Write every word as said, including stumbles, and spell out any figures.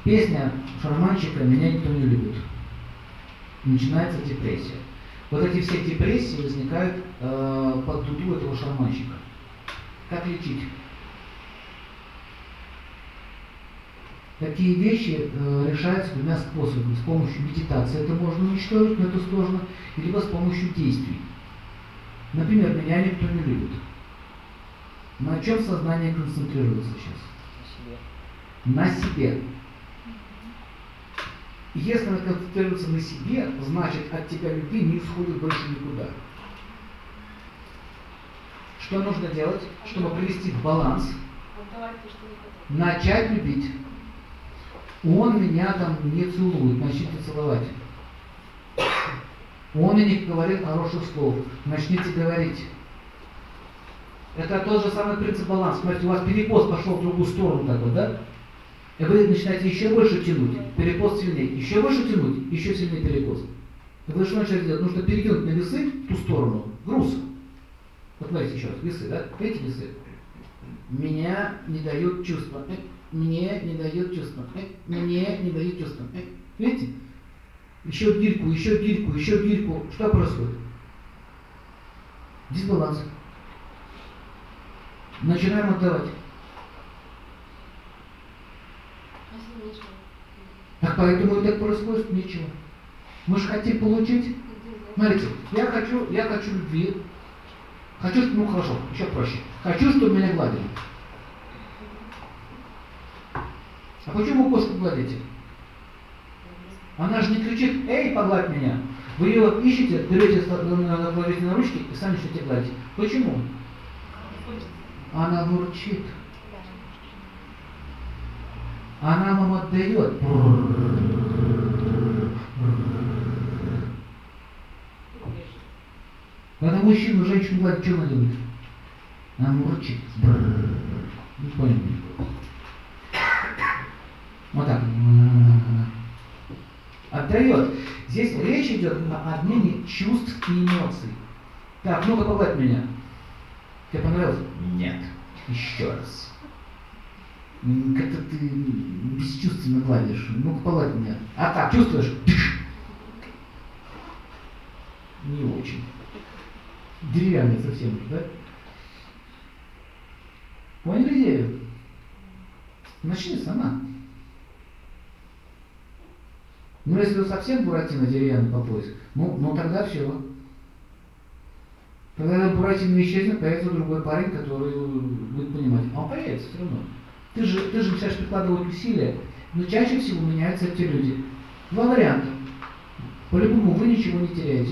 Песня шарманщика «Меня никто не любит». Начинается депрессия. Вот эти все депрессии возникают э, под дуду этого шарманщика. Как лечить? Такие вещи э, решаются двумя способами. С помощью медитации это можно уничтожить, но это сложно, либо с помощью действий. Например, меня никто не любит. На чем сознание концентрируется сейчас? На себе. На себе. Если она концентрируется на себе, значит от тебя любви не исходит больше никуда. Что нужно делать, чтобы привести в баланс? Начать любить. Он меня там не целует, начните целовать. Он мне не говорит хороших слов, начните говорить. Это тот же самый принцип баланса. Смотрите, у вас перекос пошел в другую сторону такой, да? И вы начинаете еще больше тянуть, перекос сильнее, еще больше тянуть, еще сильнее перекос. И вы что начали делать? Нужно перекинуть на весы в ту сторону груз. Вот смотрите еще раз, весы, да? Видите весы? Меня не дают чувства. Мне не дают чувства. Мне не дают чувства. Видите? Еще гирьку, еще гирьку, еще гирьку. Что происходит? Дисбаланс. Начинаем отдавать. Так поэтому и так происходит ничего. Мы же хотим получить. Смотрите, я хочу, я хочу любви. Хочу, ну хорошо, еще проще. Хочу, чтобы меня гладили. А почему вы кошку гладите? Она же не кричит: эй, погладь меня. Вы ее ищете, берете, кладете на ручки и сами начнете гладить. Почему? Она бурчит. Она вам отдает. Когда мужчину, женщину гладит, что она делает? Она мурчит. Не понял. Вот так. Отдает. Здесь речь идет о обмене чувств и эмоций. Так, ну-ка погладь меня. Тебе понравилось? Нет. Еще раз. Как-то ты бесчувственно гладишь. Ну-ка погладь меня. А так, чувствуешь? Не очень. Деревянный совсем, да? Поняли идею? Начни сама. Ну, если вы совсем Буратино деревянный по пояс, ну, ну тогда все. Когда Буратино исчезнет, появится другой парень, который будет понимать. А он появится все равно. Ты же, ты же начинаешь прикладывать усилия, но чаще всего меняются эти люди. Два варианта. По-любому вы ничего не теряете.